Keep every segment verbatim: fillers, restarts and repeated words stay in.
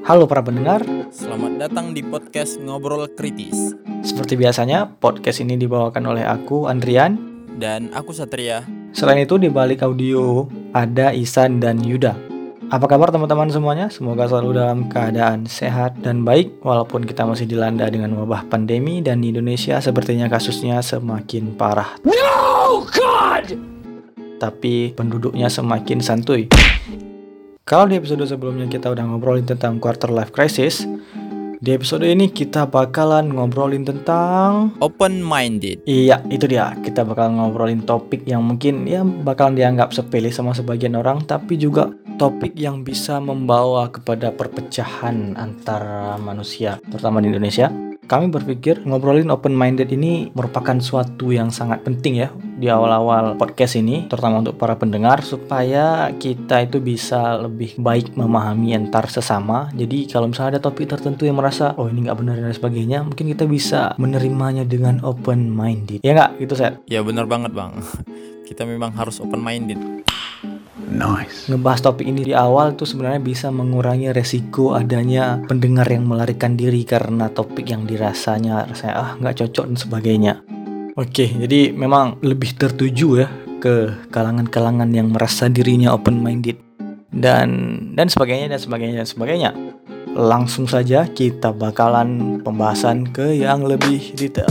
Halo para pendengar, Selamat datang di podcast Ngobrol Kritis. seperti biasanya podcast ini dibawakan oleh aku, Andrian. Dan aku Satria. Selain itu di balik audio ada Isan dan Yuda. Apa kabar teman-teman semuanya? Semoga selalu dalam keadaan sehat dan baik walaupun kita masih dilanda dengan wabah pandemi dan di Indonesia sepertinya kasusnya semakin parah. No God! Tapi penduduknya semakin santuy. Kalau di episode sebelumnya kita udah ngobrolin tentang quarter life crisis, di episode ini kita bakalan ngobrolin tentang Open-minded. Iya, itu dia. Kita bakal ngobrolin topik yang mungkin ya bakalan dianggap sepele sama sebagian orang, tapi juga topik yang bisa membawa kepada perpecahan antara manusia, terutama di Indonesia. Kami berpikir ngobrolin open-minded ini merupakan suatu yang sangat penting ya di awal-awal podcast ini, terutama untuk para pendengar, supaya kita itu bisa lebih baik memahami antar sesama. Jadi kalau misalnya ada topik tertentu yang merasa, oh ini nggak benar dan sebagainya, mungkin kita bisa menerimanya dengan open-minded. Ya nggak? Gitu, Seth? Ya benar banget bang. Kita memang harus open-minded. Nice. Ngebahas topik ini di awal itu sebenarnya bisa mengurangi resiko adanya pendengar yang melarikan diri karena topik yang dirasanya rasanya ah nggak cocok dan sebagainya. Oke, jadi memang lebih tertuju ya ke kalangan-kalangan yang merasa dirinya open-minded dan dan sebagainya dan sebagainya dan sebagainya. Langsung saja kita bakalan pembahasan ke yang lebih detail.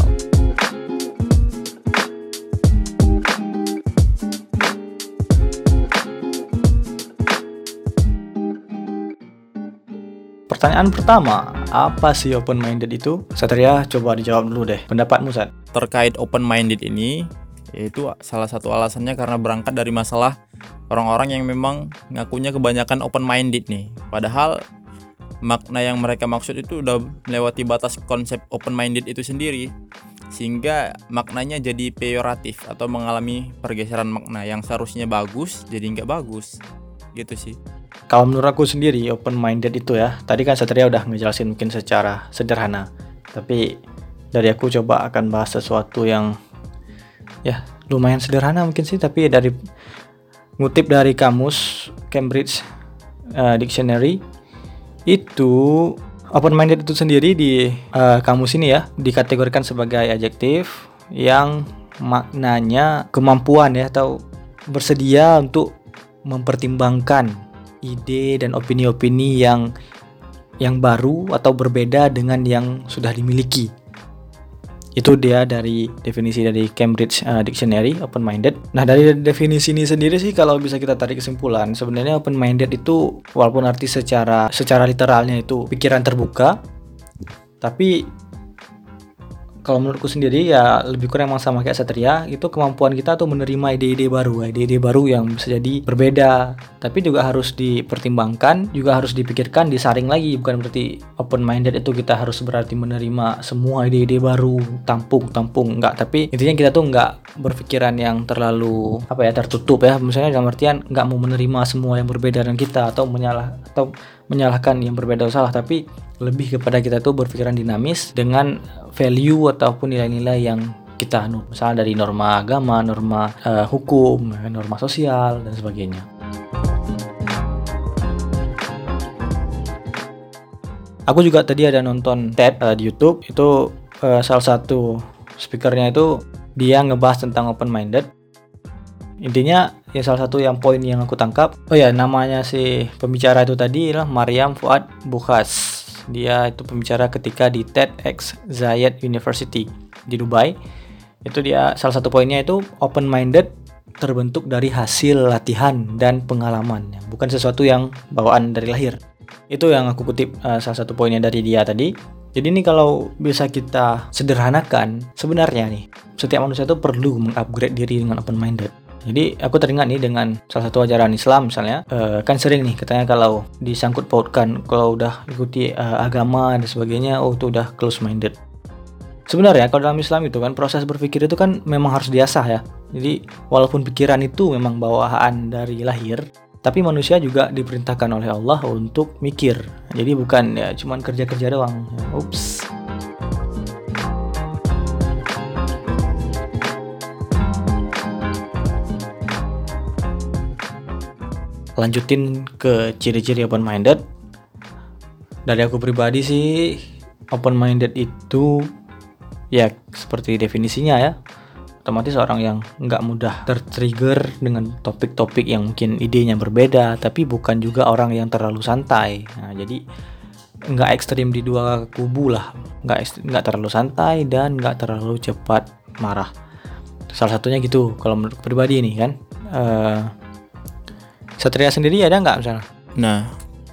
Pertanyaan pertama, apa sih open-minded itu? Satria, coba dijawab dulu deh. Pendapatmu, Sat? Terkait open-minded ini, yaitu salah satu alasannya karena berangkat dari masalah orang-orang yang memang ngakunya kebanyakan open-minded nih. Padahal makna yang mereka maksud itu udah melewati batas konsep open-minded itu sendiri. Sehingga maknanya jadi peyoratif atau mengalami pergeseran makna yang seharusnya bagus jadi nggak bagus. Gitu sih. Kalau menurut aku sendiri open-minded itu ya, tadi kan Satria udah ngejelasin mungkin secara sederhana, tapi dari aku coba akan bahas sesuatu yang ya lumayan sederhana mungkin sih, tapi dari ngutip dari kamus Cambridge uh, Dictionary itu open-minded itu sendiri di uh, kamus ini ya dikategorikan sebagai adjektif yang maknanya kemampuan ya atau bersedia untuk mempertimbangkan ide dan opini-opini yang yang baru atau berbeda dengan yang sudah dimiliki. Itu dia dari definisi dari Cambridge uh, Dictionary open-minded. Nah, dari definisi ini sendiri sih kalau bisa kita tarik kesimpulan, sebenarnya open-minded itu walaupun arti secara secara literalnya itu pikiran terbuka, tapi kalau menurutku sendiri ya lebih kurang emang sama kayak Satria, itu kemampuan kita tuh menerima ide-ide baru, ide-ide baru yang bisa jadi berbeda, tapi juga harus dipertimbangkan, juga harus dipikirkan, disaring lagi. Bukan berarti open-minded itu kita harus berarti menerima semua ide-ide baru, tampung-tampung, enggak. Tapi intinya kita tuh enggak berpikiran yang terlalu apa ya tertutup ya, misalnya dalam artian enggak mau menerima semua yang berbeda dengan kita atau menyalah atau menyalahkan yang berbeda salah, tapi lebih kepada kita tuh berpikiran dinamis dengan value ataupun nilai-nilai yang kita anut, misalnya dari norma agama, norma uh, hukum, norma sosial dan sebagainya. Aku juga tadi ada nonton TED uh, di YouTube, itu uh, salah satu speakernya itu dia ngebahas tentang open-minded. Intinya ya salah satu yang poin yang aku tangkap, oh ya namanya si pembicara itu tadi adalah Maryam Fuad Bukhas. Dia itu pembicara ketika di TEDx Zayed University di Dubai. Itu dia salah satu poinnya itu open-minded terbentuk dari hasil latihan dan pengalaman, bukan sesuatu yang bawaan dari lahir. Itu yang aku kutip uh, salah satu poinnya dari dia tadi. Jadi ini kalau bisa kita sederhanakan, sebenarnya nih setiap manusia itu perlu mengupgrade diri dengan open-minded. Jadi aku teringat nih dengan salah satu ajaran Islam misalnya, uh, kan sering nih katanya kalau disangkut pautkan kalau udah ikuti uh, agama dan sebagainya, oh itu udah close minded. Sebenarnya kalau dalam Islam itu kan proses berpikir itu kan memang harus diasah ya. Jadi walaupun pikiran itu memang bawaan dari lahir, tapi manusia juga diperintahkan oleh Allah untuk mikir. Jadi bukan ya cuman kerja-kerja doang. Ups. lanjutin ke ciri-ciri open minded. Dari aku pribadi sih, open minded itu ya seperti definisinya ya, otomatis orang yang nggak mudah tertrigger dengan topik-topik yang mungkin idenya berbeda, tapi bukan juga orang yang terlalu santai. Nah, jadi nggak ekstrim di dua kubu lah, nggak ekst- nggak terlalu santai dan nggak terlalu cepat marah. Salah satunya gitu kalau menurut pribadi ini kan. Uh, Satria sendiri ada nggak misalnya? Nah,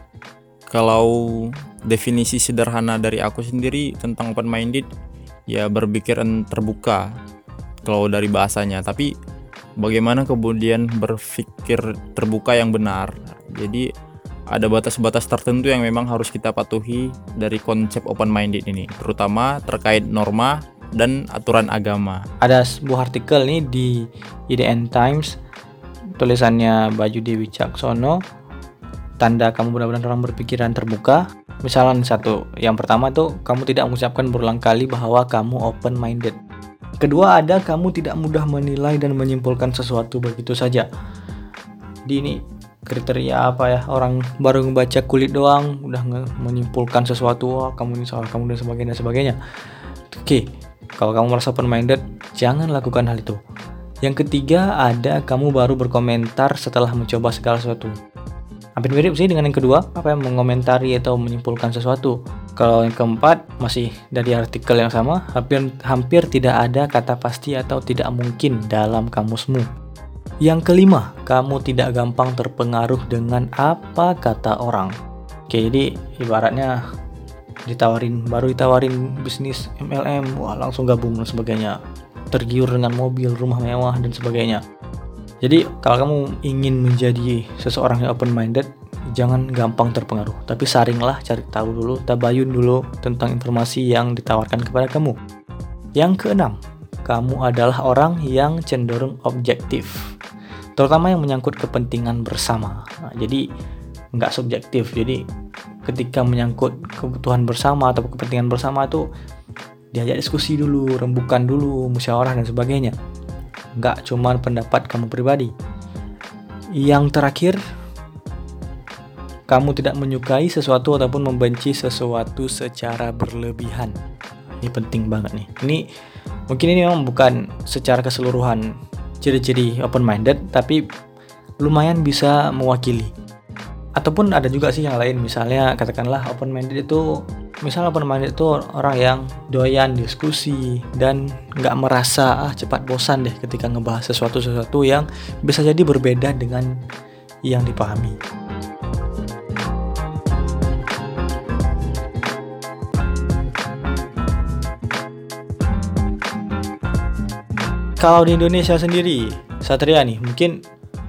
kalau definisi sederhana dari aku sendiri tentang open minded, ya berpikiran terbuka kalau dari bahasanya, tapi bagaimana kemudian berpikir terbuka yang benar. Jadi ada batas-batas tertentu yang memang harus kita patuhi dari konsep open minded ini, terutama terkait norma dan aturan agama. Ada sebuah artikel nih di I D N Times, tulisannya Bayu Dewi Caksono, tanda kamu benar-benar orang berpikiran terbuka. Misalnya satu, yang pertama tuh kamu tidak mengucapkan berulang kali bahwa kamu open minded. Kedua, ada kamu tidak mudah menilai dan menyimpulkan sesuatu begitu saja. Di ini kriteria apa ya, orang baru membaca kulit doang udah nge- menyimpulkan sesuatu, wah kamu ini salah, kamu dan sebagainya dan sebagainya. Oke, kalau kamu merasa open minded, jangan lakukan hal itu. Yang ketiga, ada kamu baru berkomentar setelah mencoba segala sesuatu. Hampir mirip sih dengan yang kedua, apa yang mengomentari atau menyimpulkan sesuatu. Kalau yang keempat, masih dari artikel yang sama, hampir hampir tidak ada kata pasti atau tidak mungkin dalam kamusmu. Yang kelima, kamu tidak gampang terpengaruh dengan apa kata orang. Oke, jadi ibaratnya ditawarin, baru ditawarin bisnis M L M, wah langsung gabung dan sebagainya. Tergiur dengan mobil, rumah mewah dan sebagainya. Jadi kalau kamu ingin menjadi seseorang yang open minded, jangan gampang terpengaruh, tapi saringlah, cari tahu dulu, tabayun dulu tentang informasi yang ditawarkan kepada kamu. Yang keenam, kamu adalah orang yang cenderung objektif, terutama yang menyangkut kepentingan bersama. Nah, jadi nggak subjektif. Jadi ketika menyangkut kebutuhan bersama atau kepentingan bersama itu diajak diskusi dulu, rembukan dulu, musyawarah dan sebagainya. Nggak cuma pendapat kamu pribadi. Yang terakhir, kamu tidak menyukai sesuatu ataupun membenci sesuatu secara berlebihan. Ini penting banget nih. Ini mungkin ini memang bukan secara keseluruhan ciri-ciri open minded, tapi lumayan bisa mewakili. Ataupun ada juga sih yang lain, misalnya katakanlah open minded itu, misalnya open minded itu orang yang doyan diskusi dan nggak merasa ah cepat bosan deh ketika ngebahas sesuatu-sesuatu yang bisa jadi berbeda dengan yang dipahami. Kalau di Indonesia sendiri, Satria nih mungkin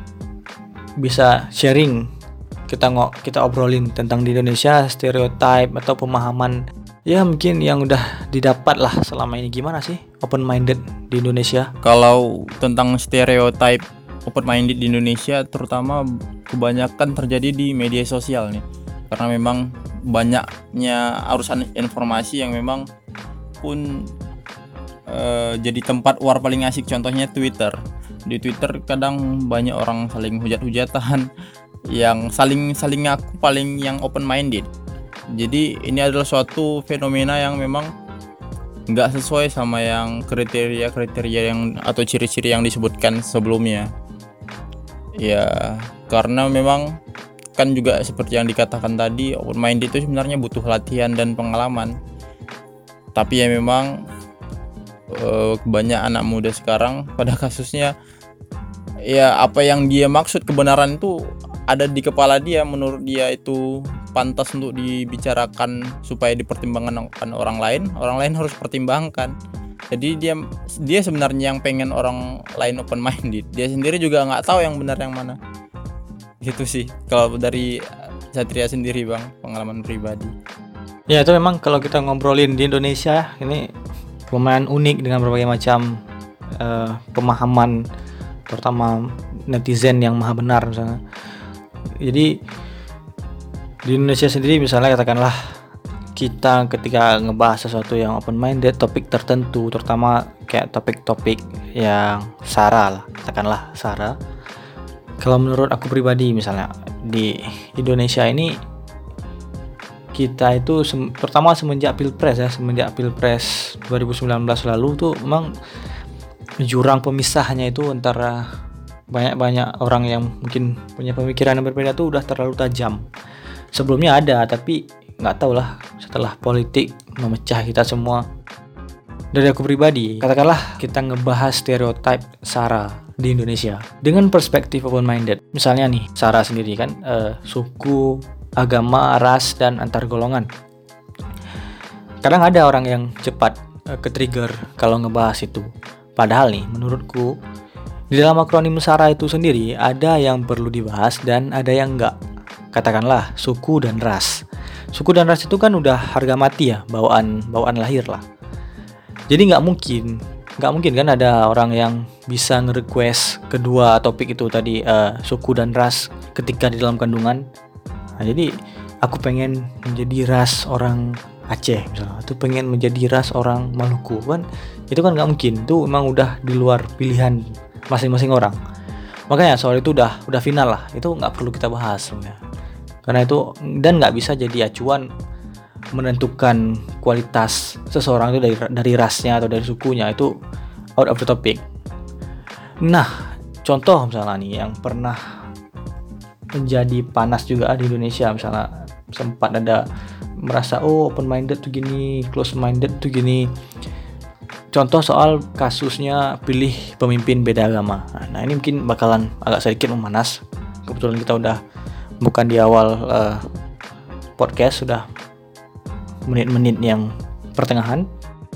bisa sharing, kita ngok kita obrolin tentang di Indonesia stereotype atau pemahaman ya mungkin yang udah didapat lah selama ini. Gimana sih open minded di Indonesia? Kalau tentang stereotype open minded di Indonesia, terutama kebanyakan terjadi di media sosial nih, karena memang banyaknya arusan informasi yang memang pun Uh, jadi tempat war paling asik. Contohnya Twitter. Di Twitter kadang banyak orang saling hujat-hujatan, yang saling saling ngaku paling yang open minded. Jadi ini adalah suatu fenomena yang memang nggak sesuai sama yang kriteria-kriteria yang atau ciri-ciri yang disebutkan sebelumnya. Ya karena memang kan juga seperti yang dikatakan tadi, open minded itu sebenarnya butuh latihan dan pengalaman. Tapi ya memang kebanyakan anak muda sekarang pada kasusnya ya apa yang dia maksud kebenaran itu ada di kepala dia, menurut dia itu pantas untuk dibicarakan supaya dipertimbangkan orang lain, orang lain harus pertimbangkan. Jadi dia dia sebenarnya yang pengen orang lain open minded, dia sendiri juga nggak tahu yang benar yang mana. Gitu sih kalau dari Satria sendiri Bang, pengalaman pribadi. Ya itu memang kalau kita ngobrolin di Indonesia ini lumayan unik dengan berbagai macam uh, pemahaman, terutama netizen yang maha benar misalnya. Jadi di Indonesia sendiri misalnya katakanlah kita ketika ngebahas sesuatu yang open minded, topik tertentu, terutama kayak topik-topik yang sara lah, katakanlah sara. Kalau menurut aku pribadi misalnya di Indonesia ini kita itu sem- terutama semenjak Pilpres ya, semenjak Pilpres dua ribu sembilan belas lalu tuh memang jurang pemisahnya itu antara banyak-banyak orang yang mungkin punya pemikiran yang berbeda tuh udah terlalu tajam. Sebelumnya ada, tapi nggak tahu lah, setelah politik memecah kita semua. Dari aku pribadi, katakanlah kita ngebahas stereotip SARA di Indonesia dengan perspektif open minded. Misalnya nih, SARA sendiri kan eh, suku, agama, ras, dan antar golongan. Kadang ada orang yang cepat eh, ke-trigger kalau ngebahas itu. Padahal nih, menurutku di dalam akronim SARA itu sendiri ada yang perlu dibahas dan ada yang enggak. Katakanlah suku dan ras. Suku dan ras itu kan udah harga mati ya, bawaan bawaan lahir lah. Jadi nggak mungkin, nggak mungkin kan ada orang yang bisa nge-request kedua topik itu tadi uh, suku dan ras ketika di dalam kandungan. Nah, jadi aku pengen menjadi ras orang Aceh misalnya, atau pengen menjadi ras orang Maluku kan, itu kan nggak mungkin. Itu memang udah di luar pilihan masing-masing orang. Makanya soal itu udah udah final lah, itu nggak perlu kita bahas sebenarnya. Karena itu dan nggak bisa jadi acuan menentukan kualitas seseorang itu dari dari rasnya atau dari sukunya, itu out of the topic. Nah, contoh misalnya nih yang pernah menjadi panas juga di Indonesia, misalnya sempat ada merasa oh open minded tuh gini, close minded tuh gini. Contoh soal kasusnya pilih pemimpin beda agama. Nah, ini mungkin bakalan agak sedikit memanas. Kebetulan kita udah bukan di awal uh, podcast, sudah menit-menit yang pertengahan.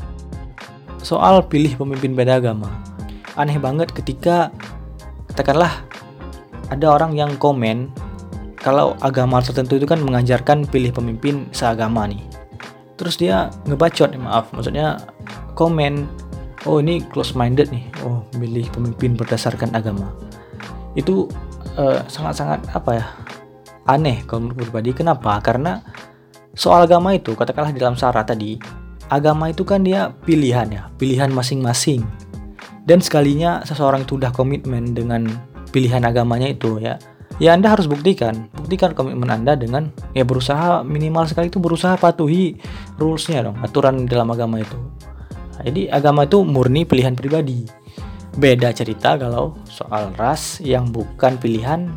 Soal pilih pemimpin beda agama, aneh banget ketika katakanlah ada orang yang komen kalau agama tertentu itu kan mengajarkan pilih pemimpin seagama nih. Terus dia ngebacot, maaf, maksudnya komen, oh ini close minded nih, oh pilih pemimpin berdasarkan agama. Itu uh, sangat-sangat apa ya, aneh kalau menurut pribadi. Kenapa? Karena soal agama itu, katakanlah di dalam SARA tadi, agama itu kan dia pilihan ya, pilihan masing-masing. Dan sekalinya seseorang itu udah komitmen dengan pilihan agamanya itu ya, ya Anda harus buktikan, buktikan komitmen Anda dengan ya berusaha minimal sekali itu berusaha patuhi rules-nya dong, aturan dalam agama itu. Nah, jadi agama itu murni pilihan pribadi. Beda cerita kalau soal ras yang bukan pilihan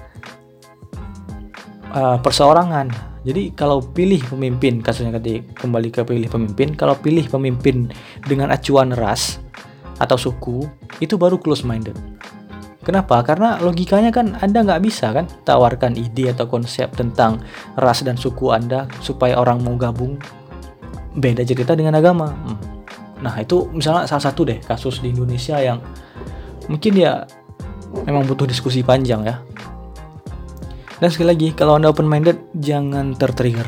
uh, perseorangan. Jadi kalau pilih pemimpin, kasusnya tadi kembali ke pilih pemimpin, kalau pilih pemimpin dengan acuan ras atau suku, itu baru close minded. Kenapa? Karena logikanya kan Anda nggak bisa kan tawarkan ide atau konsep tentang ras dan suku Anda supaya orang mau gabung. Beda cerita dengan agama. Hmm. Nah itu misalnya salah satu deh kasus di Indonesia yang mungkin ya memang butuh diskusi panjang ya. Dan sekali lagi, kalau Anda open minded, jangan tertrigger.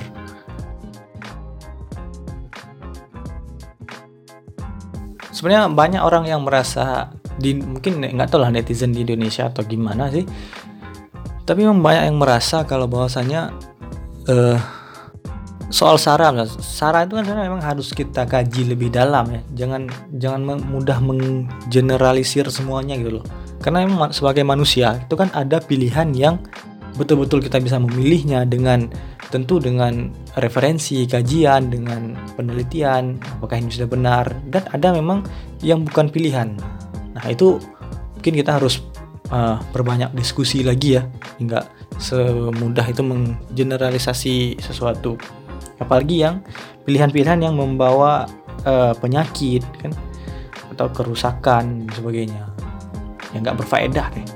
Sebenarnya banyak orang yang merasa di, mungkin nggak tahu lah netizen di Indonesia atau gimana sih, tapi memang banyak yang merasa kalau bahwasanya uh, soal SARA, SARA itu kan sebenarnya memang harus kita kaji lebih dalam ya. Jangan jangan mudah menggeneralisir semuanya gitu loh. Karena memang sebagai manusia itu kan ada pilihan yang betul-betul kita bisa memilihnya dengan tentu dengan referensi, kajian, dengan penelitian, apakah ini sudah benar, dan ada memang yang bukan pilihan. Nah itu mungkin kita harus uh, perbanyak diskusi lagi ya, hingga semudah itu menggeneralisasi sesuatu, apalagi yang pilihan-pilihan yang membawa uh, penyakit kan atau kerusakan dan sebagainya yang nggak berfaedah deh.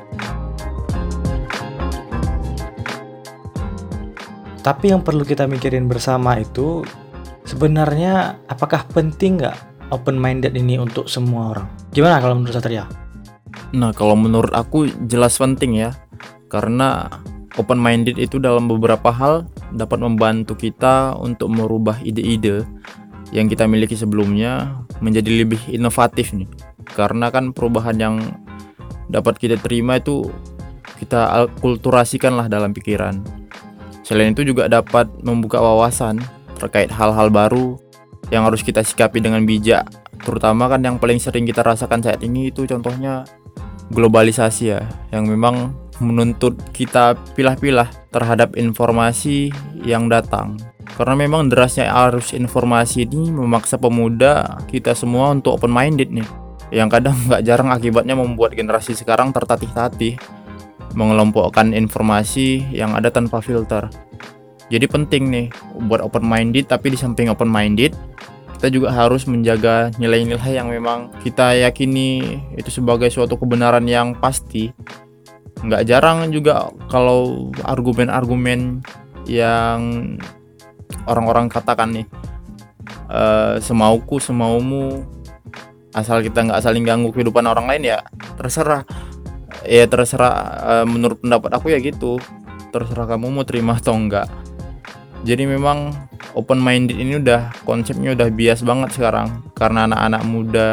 Tapi yang perlu kita mikirin bersama itu sebenarnya apakah penting nggak open minded ini untuk semua orang? Gimana kalau menurut Satria? Nah kalau menurut aku jelas penting ya, karena open minded itu dalam beberapa hal dapat membantu kita untuk merubah ide-ide yang kita miliki sebelumnya menjadi lebih inovatif nih. Karena kan perubahan yang dapat kita terima itu kita akulturasikan lah dalam pikiran. Selain itu juga dapat membuka wawasan terkait hal-hal baru yang harus kita sikapi dengan bijak. Terutama kan yang paling sering kita rasakan saat ini itu contohnya globalisasi ya, yang memang menuntut kita pilah-pilah terhadap informasi yang datang. Karena memang derasnya arus informasi ini memaksa pemuda kita semua untuk open minded nih. Yang kadang nggak jarang akibatnya membuat generasi sekarang tertatih-tatih mengelompokkan informasi yang ada tanpa filter. Jadi penting nih buat open minded, tapi di samping open minded kita juga harus menjaga nilai-nilai yang memang kita yakini itu sebagai suatu kebenaran yang pasti. Nggak jarang juga kalau argumen-argumen yang orang-orang katakan nih, e, semauku semaumu, asal kita nggak saling ganggu kehidupan orang lain ya terserah. Ya terserah, e, menurut pendapat aku ya gitu, terserah kamu mau terima atau enggak. Jadi memang open minded ini udah konsepnya udah bias banget sekarang, karena anak-anak muda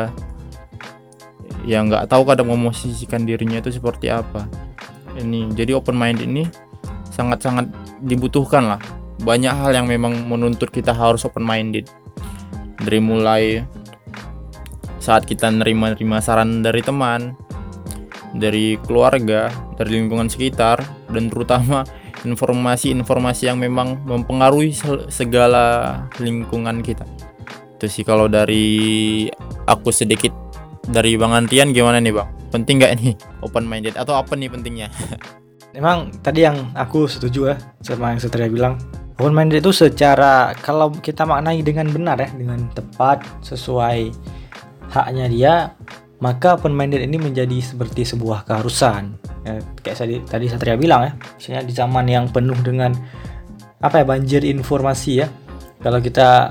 yang nggak tahu kadang memosisikan dirinya itu seperti apa. Ini jadi open minded ini sangat-sangat dibutuhkan lah. Banyak hal yang memang menuntut kita harus open minded. Dari mulai saat kita nerima-nerima saran dari teman, dari keluarga, dari lingkungan sekitar, dan terutama informasi-informasi yang memang mempengaruhi segala lingkungan kita. Itu sih kalau dari aku sedikit. Dari Bang Antian gimana nih Bang? Penting gak nih open minded atau apa nih pentingnya? Memang tadi yang aku setuju ya sama yang Satria bilang. Open minded itu secara kalau kita maknai dengan benar ya, dengan tepat sesuai haknya dia, maka open minded ini menjadi seperti sebuah keharusan. Ya, kayak tadi, tadi Satria bilang ya, misalnya di zaman yang penuh dengan apa ya, banjir informasi ya. Kalau kita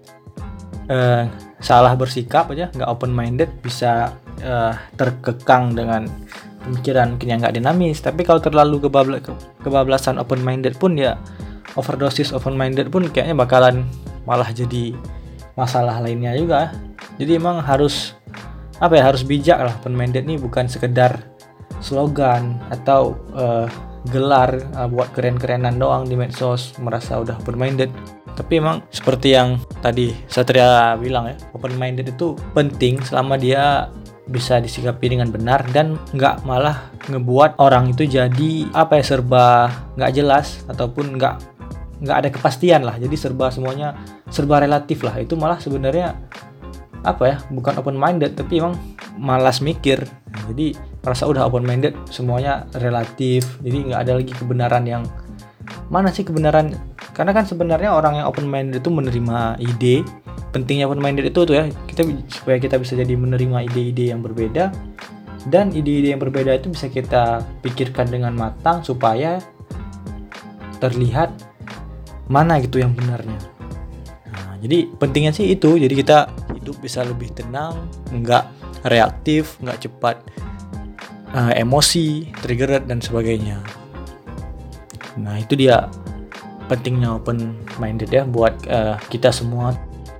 eh, salah bersikap aja, nggak open minded, bisa uh, terkekang dengan pemikiran mungkin yang nggak dinamis. Tapi kalau terlalu kebabla, kebablasan open minded pun ya, overdosis open minded pun kayaknya bakalan malah jadi masalah lainnya juga. Jadi emang harus apa ya, harus bijak lah. Open minded nih bukan sekedar slogan atau uh, gelar uh, buat keren-kerenan doang di medsos merasa udah open minded. Tapi emang seperti yang tadi Satria bilang ya, open minded itu penting selama dia bisa disikapi dengan benar dan nggak malah ngebuat orang itu jadi apa ya, serba nggak jelas ataupun nggak nggak ada kepastian lah. Jadi serba semuanya serba relatif lah. Itu malah sebenarnya apa ya, bukan open minded tapi emang malas mikir. Jadi merasa udah open minded semuanya relatif. Jadi nggak ada lagi kebenaran yang mana sih kebenaran. Karena kan sebenarnya orang yang open minded itu menerima ide. Pentingnya open minded itu tuh ya, kita supaya kita bisa jadi menerima ide-ide yang berbeda, dan ide-ide yang berbeda itu bisa kita pikirkan dengan matang supaya terlihat mana gitu yang benarnya. Nah, jadi pentingnya sih itu. Jadi kita hidup bisa lebih tenang, nggak reaktif, nggak cepat uh, emosi, triggered dan sebagainya. Nah itu dia pentingnya open minded ya buat uh, kita semua.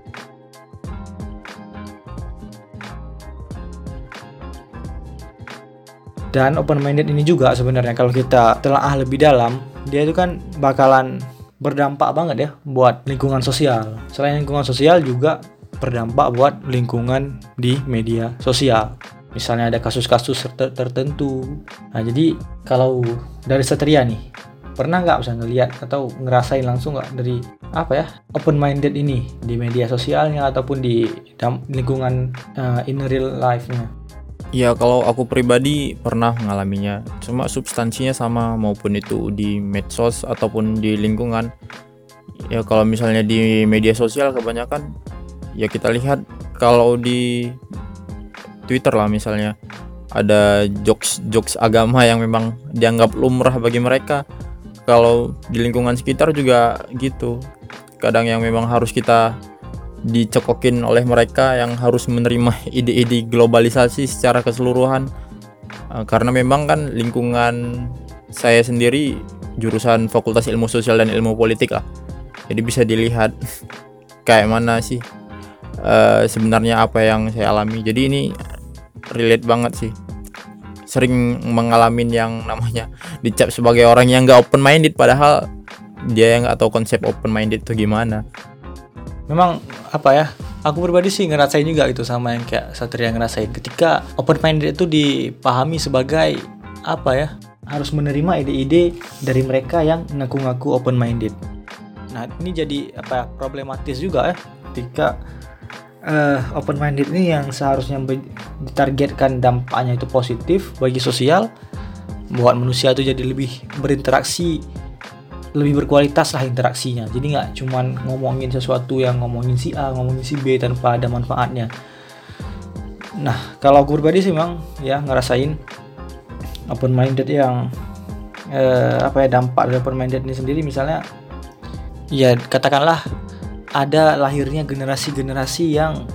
Dan open minded ini juga sebenarnya kalau kita telaah lebih dalam, dia itu kan bakalan berdampak banget ya buat lingkungan sosial. Selain lingkungan sosial juga berdampak buat lingkungan di media sosial. Misalnya ada kasus-kasus tertentu. Nah jadi kalau dari Satria nih, pernah nggak bisa ngelihat atau ngerasain langsung nggak dari apa ya, open minded ini di media sosialnya ataupun di lingkungan uh, in real life-nya? Ya kalau aku pribadi pernah mengalaminya, cuma substansinya sama, maupun itu di medsos ataupun di lingkungan. Ya kalau misalnya di media sosial kebanyakan ya kita lihat, kalau di Twitter lah misalnya ada jokes-jokes agama yang memang dianggap lumrah bagi mereka. Kalau di lingkungan sekitar juga gitu, kadang yang memang harus kita dicekokin oleh mereka yang harus menerima ide-ide globalisasi secara keseluruhan. Karena memang kan lingkungan saya sendiri jurusan Fakultas Ilmu Sosial dan Ilmu Politik lah, jadi bisa dilihat kayak mana sih uh, sebenarnya apa yang saya alami. Jadi ini relate banget sih, sering mengalami yang namanya dicap sebagai orang yang gak open minded, padahal dia yang gak tahu konsep open minded itu gimana. Memang apa ya, aku pribadi sih ngerasain juga gitu sama yang kayak Satria ngerasain. Ketika open minded itu dipahami sebagai apa ya, harus menerima ide-ide dari mereka yang ngaku-ngaku open minded. Nah ini jadi apa problematis juga ya ketika uh, open minded ini yang seharusnya ditargetkan dampaknya itu positif bagi sosial, buat manusia itu jadi lebih berinteraksi, lebih berkualitas lah interaksinya. Jadi nggak cuman ngomongin sesuatu yang ngomongin si A, ngomongin si B tanpa ada manfaatnya. Nah kalau aku pribadi sih memang ya ngerasain open minded yang eh, apa ya dampak dari open minded ini sendiri, misalnya ya katakanlah ada lahirnya generasi-generasi yang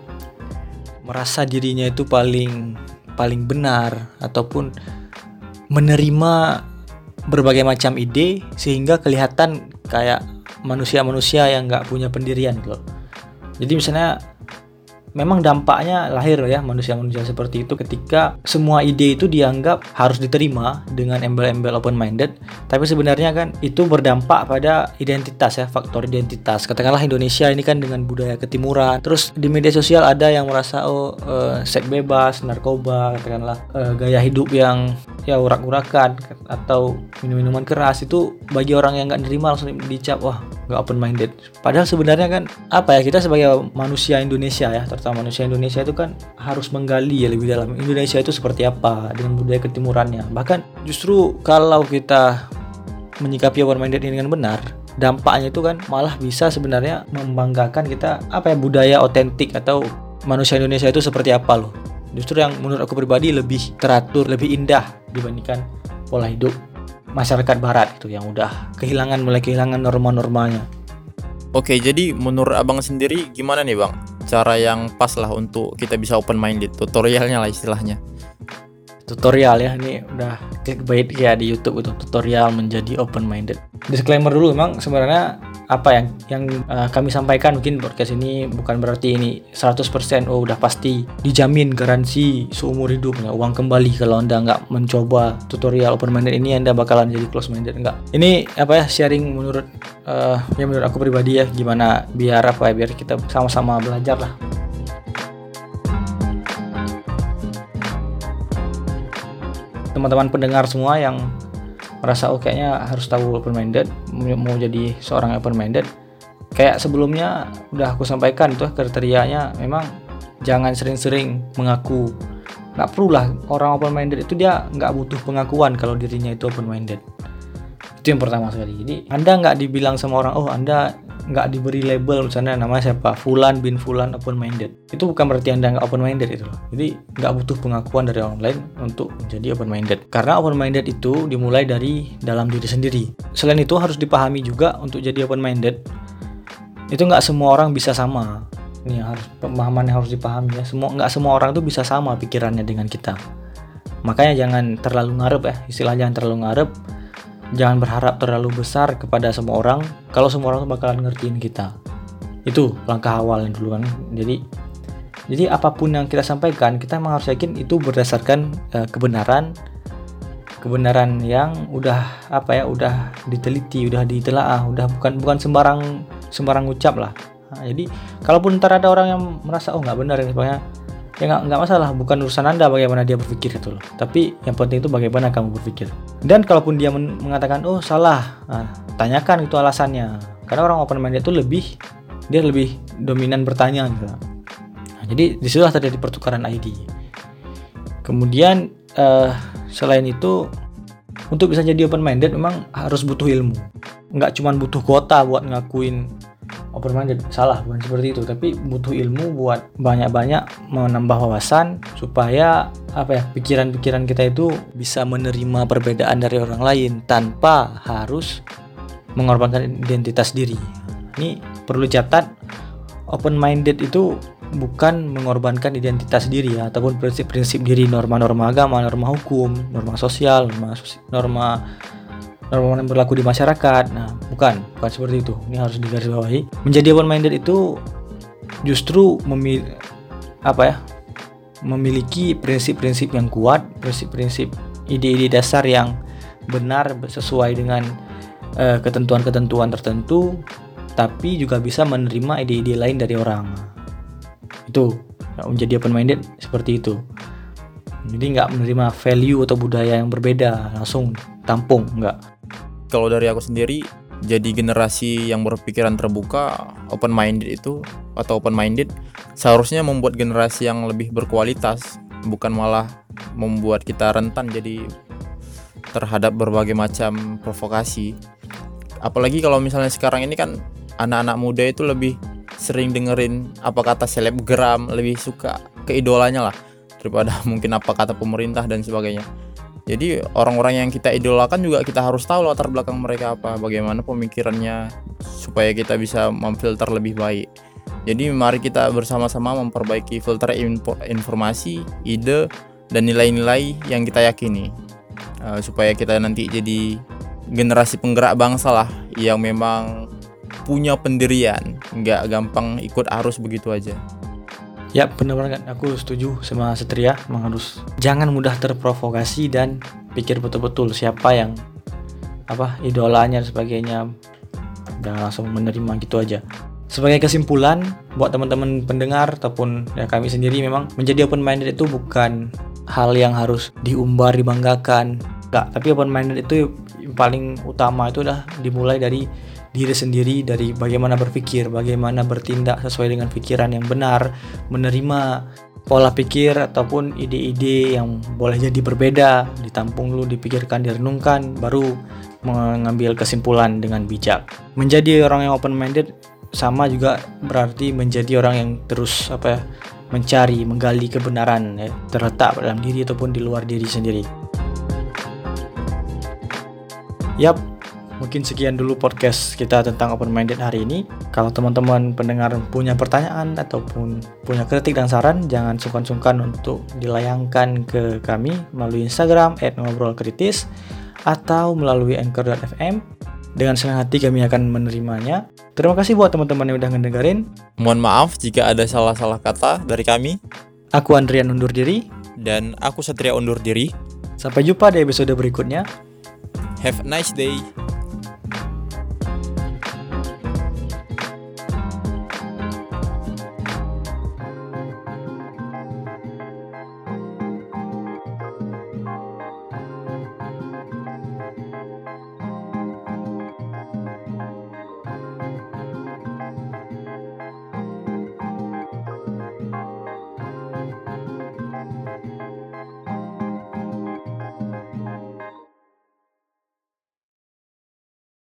merasa dirinya itu paling paling benar ataupun menerima berbagai macam ide sehingga kelihatan kayak manusia-manusia yang nggak punya pendirian gitu. Jadi misalnya memang dampaknya lahir ya manusia-manusia seperti itu ketika semua ide itu dianggap harus diterima dengan embel-embel open minded, tapi sebenarnya kan itu berdampak pada identitas ya, faktor identitas. Katakanlah Indonesia ini kan dengan budaya ketimuran, terus di media sosial ada yang merasa oh uh, seks bebas, narkoba, katakanlah uh, gaya hidup yang ya urak-urakan atau minum-minuman keras, itu bagi orang yang nggak nerima langsung dicap wah nggak open minded. Padahal sebenarnya kan apa ya, kita sebagai manusia Indonesia ya, terutama manusia Indonesia itu kan harus menggali ya lebih dalam Indonesia itu seperti apa dengan budaya ketimurannya. Bahkan justru kalau kita menyikapi open minded ini dengan benar, dampaknya itu kan malah bisa sebenarnya membanggakan kita apa ya, budaya otentik atau manusia Indonesia itu seperti apa loh. Justru yang menurut aku pribadi lebih teratur, lebih indah dibandingkan pola hidup masyarakat barat itu yang udah kehilangan mulai kehilangan norma-normanya. Oke, jadi menurut abang sendiri gimana nih bang cara yang pas lah untuk kita bisa open minded, tutorialnya lah istilahnya? Tutorial ya, ini udah clickbait kayak di YouTube itu, tutorial menjadi open minded. Disclaimer dulu, memang sebenarnya apa yang yang uh, kami sampaikan mungkin podcast ini bukan berarti ini seratus persen oh udah pasti dijamin garansi seumur hidupnya uang kembali kalau Anda nggak mencoba tutorial open minded ini, Anda bakalan jadi close minded. Enggak. Ini apa ya, sharing menurut uh, ya menurut aku pribadi ya, gimana biar apa ya, biar kita sama-sama belajar lah. Teman-teman pendengar semua yang merasa oh kayaknya harus tahu open minded, mau jadi seorang open minded, kayak sebelumnya udah aku sampaikan tuh kriterianya, memang jangan sering-sering mengaku. Nggak perlu lah, orang open minded itu dia nggak butuh pengakuan kalau dirinya itu open minded. Itu yang pertama sekali. Jadi Anda nggak dibilang sama orang oh Anda nggak diberi label misalnya namanya siapa, Fulan bin Fulan open minded, itu bukan berarti Anda nggak open minded itu loh. Jadi nggak butuh pengakuan dari orang lain untuk menjadi open minded, karena open minded itu dimulai dari dalam diri sendiri. Selain itu harus dipahami juga untuk jadi open minded itu nggak semua orang bisa sama. Ini harus pemahaman yang harus dipahami ya, semua nggak semua orang itu bisa sama pikirannya dengan kita. Makanya jangan terlalu ngarep ya, istilah jangan terlalu ngarep. Jangan berharap terlalu besar kepada semua orang, kalau semua orang tuh bakalan ngertiin kita. Itu langkah awalnya dulu kan. Jadi jadi apapun yang kita sampaikan, kita memang harus yakin itu berdasarkan uh, kebenaran kebenaran yang udah apa ya, udah diteliti, udah ditelaah, udah bukan bukan sembarang sembarang ucap lah. Nah, jadi kalaupun ntar ada orang yang merasa oh nggak benar ini sebagainya, ya nggak nggak masalah, bukan urusan Anda bagaimana dia berpikir itu loh. Tapi yang penting itu bagaimana kamu berpikir. Dan kalaupun dia men- mengatakan oh salah, nah, tanyakan itu alasannya. Karena orang open minded itu lebih dia lebih dominan bertanya gitu. Nah, jadi disitulah terjadi pertukaran I D. Kemudian uh, selain itu untuk bisa jadi open minded memang harus butuh ilmu. Nggak cuma butuh kuota buat ngakuin open minded, salah, bukan seperti itu, tapi butuh ilmu buat banyak-banyak menambah wawasan supaya apa ya, pikiran-pikiran kita itu bisa menerima perbedaan dari orang lain tanpa harus mengorbankan identitas diri. Ini perlu catat, open minded itu bukan mengorbankan identitas diri ya, ataupun prinsip-prinsip diri, norma-norma agama, norma hukum, norma sosial, norma norma norma yang berlaku di masyarakat. Nah, bukan, bukan seperti itu. Ini harus digarisbawahi. Menjadi open minded itu justru memil- apa ya? memiliki prinsip-prinsip yang kuat, prinsip-prinsip ide-ide dasar yang benar sesuai dengan uh, ketentuan-ketentuan tertentu, tapi juga bisa menerima ide-ide lain dari orang. Itu nah, menjadi open minded seperti itu. Jadi nggak menerima value atau budaya yang berbeda langsung tampung, nggak. Kalau dari aku sendiri, jadi generasi yang berpikiran terbuka, open minded itu atau open minded seharusnya membuat generasi yang lebih berkualitas, bukan malah membuat kita rentan jadi terhadap berbagai macam provokasi. Apalagi kalau misalnya sekarang ini kan anak-anak muda itu lebih sering dengerin apa kata selebgram, lebih suka ke idolanya lah daripada mungkin apa kata pemerintah dan sebagainya. Jadi orang-orang yang kita idolakan juga kita harus tahu latar belakang mereka apa, bagaimana pemikirannya, supaya kita bisa memfilter lebih baik. Jadi mari kita bersama-sama memperbaiki filter info, informasi, ide, dan nilai-nilai yang kita yakini, uh, supaya kita nanti jadi generasi penggerak bangsa lah, yang memang punya pendirian, nggak gampang ikut arus begitu aja. Ya benar banget, aku setuju sama Satria. Memang harus jangan mudah terprovokasi dan pikir betul-betul siapa yang apa idolanya dan sebagainya, jangan langsung menerima gitu aja. Sebagai kesimpulan buat teman-teman pendengar ataupun ya kami sendiri, memang menjadi open minded itu bukan hal yang harus diumbar, dibanggakan, enggak. Tapi open minded itu yang paling utama itu udah dimulai dari diri sendiri, dari bagaimana berpikir, bagaimana bertindak sesuai dengan pikiran yang benar, menerima pola pikir ataupun ide-ide yang boleh jadi berbeda, ditampung dulu, dipikirkan, direnungkan, baru mengambil kesimpulan dengan bijak. Menjadi orang yang open minded sama juga berarti menjadi orang yang terus apa ya, mencari, menggali kebenaran ya, terletak dalam diri ataupun di luar diri sendiri. Yap, mungkin sekian dulu podcast kita tentang open minded hari ini. Kalau teman-teman pendengar punya pertanyaan ataupun punya kritik dan saran, jangan sungkan-sungkan untuk dilayangkan ke kami melalui Instagram et ngobrol kritis atau melalui anchor dot f m. Dengan senang hati kami akan menerimanya. Terima kasih buat teman-teman yang udah ngedengerin. Mohon maaf jika ada salah-salah kata dari kami. Aku Andrian undur diri. Dan aku Satria undur diri. Sampai jumpa di episode berikutnya. Have a nice day.